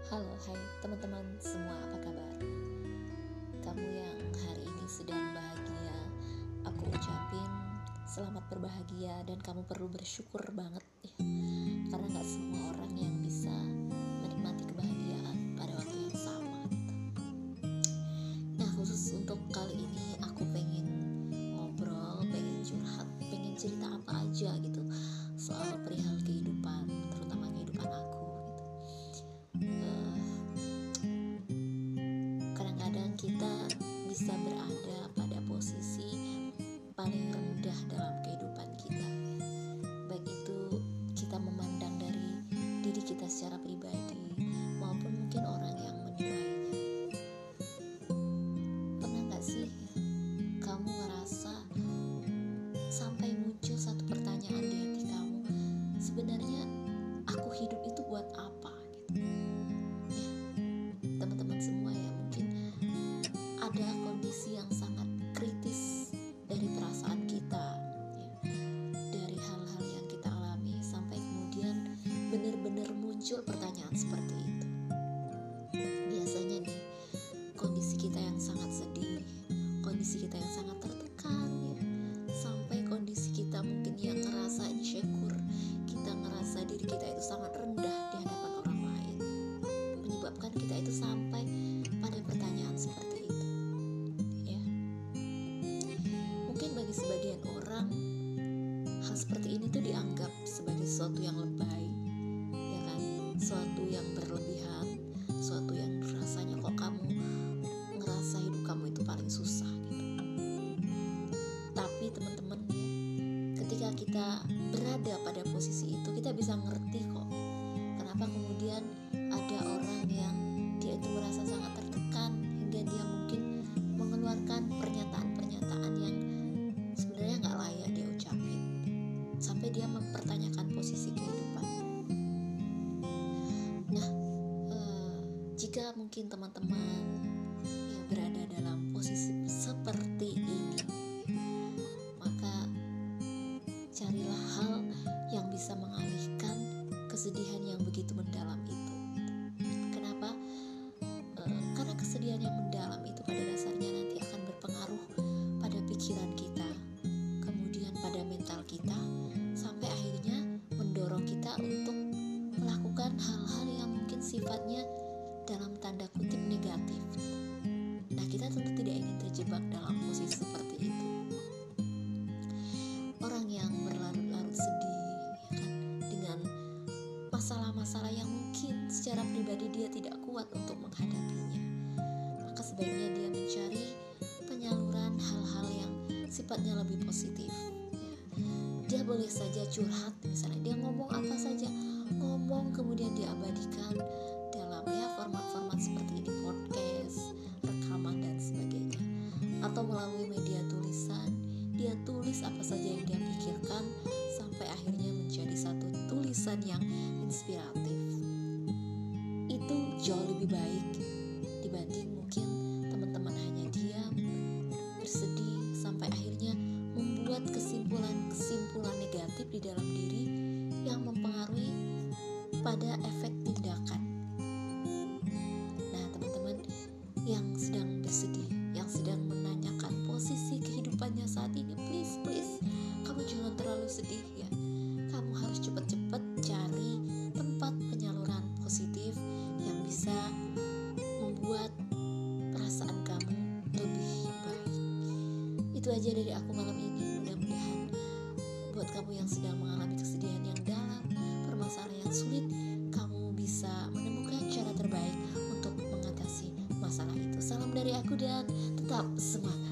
Halo, hai teman-teman semua, apa kabar? Kamu yang hari ini sedang bahagia, aku ucapin selamat berbahagia dan kamu perlu bersyukur banget ya. Karena gak semua orang yang bisa menikmati kebahagiaan pada waktu yang sama gitu. Nah, khusus untuk kali ini aku pengen ngobrol, pengen curhat, pengen cerita apa aja gitu soal perihal kehidupan, terutama kehidupan aku gitu. Kadang-kadang kita bisa berada pada posisi paling rendah dalam kehidupan kita, baik itu kita memandang dari diri kita secara pribadi maupun mungkin orang yang menilainya. Pernah gak sih kamu ngerasa sampai muncul satu pertanyaan di hati kamu, sebenarnya aku hidup itu buat apa gitu ya, teman-teman semua ya, mungkin ada kondisi yang sangat kritis dari perasaan kita ya, dari hal-hal yang kita alami sampai kemudian benar-benar muncul pertanyaan seperti itu. Biasanya nih, kondisi kita yang sangat sedih, kondisi kita yang sangat tertekan ya, sampai kondisi kita mungkin yang ngerasa insecure, kita ngerasa diri kita itu sangat rendah di hadapan orang lain, menyebabkan kita itu sampai pada pertanyaan seperti itu ya. Mungkin bagi sebagian orang hal seperti ini tuh dianggap sebagai sesuatu yang lebay ya kan, sesuatu yang berlebihan, sesuatu yang rasanya kok kamu ngerasa hidup kamu itu paling susah gitu. Tapi teman-teman ya, ketika kita berada pada posisi itu, kita bisa ngerti kok kenapa kemudian ada orang yang dia itu merasa sangat tertekan hingga dia mungkin mengeluarkan pernyataan-pernyataan yang sebenarnya gak layak dia ucapin, sampai dia mempertanyakan posisi kehidupan. Nah, jika mungkin teman-teman yang berada dalam posisi seperti ini, maka carilah hal yang bisa mengalihkan kesedihan yang begitu mendalam itu. Kenapa? Karena kesedihan yang mendalam itu pada dasarnya nanti akan berpengaruh pada pikiran kita, kemudian pada mental kita, sampai akhirnya mendorong kita untuk melakukan hal-hal yang mungkin sifatnya dalam tanda kutip negatif. Nah, kita tentu tidak ingin terjebak dalam posisi seperti itu. Orang yang berlarut-larut sedih ya kan, dengan masalah-masalah yang mungkin secara pribadi dia tidak kuat untuk menghadapinya, maka sebaiknya dia mencari penyaluran hal-hal yang sifatnya lebih positif ya. Dia boleh saja curhat, misalnya dia ngomong apa saja, ngomong kemudian diabadikan dalam ya format-format seperti ini, podcast, rekaman dan sebagainya, atau melalui media tulisan, dia tulis apa saja yang dia pikirkan sampai akhirnya menjadi satu tulisan yang inspiratif. Itu jauh lebih baik dibanding mungkin teman-teman hanya diam, bersedih, sampai akhirnya membuat kesimpulan-kesimpulan negatif di dalam diri yang mempengaruhi pada efek tindakan. Nah, teman-teman yang sedang bersedih, yang sedang menanyakan posisi kehidupannya saat ini, please kamu jangan terlalu sedih ya. Kamu harus cepat-cepat cari tempat penyaluran positif yang bisa membuat perasaan kamu lebih baik. Itu aja dari aku malam ini. Mudah-mudahan buat kamu yang sedang mengalami kesedihan yang dalam, permasalahan yang sulit, kamu bisa menemukan cara terbaik untuk mengatasi masalah itu. Salam dari aku dan tetap semangat.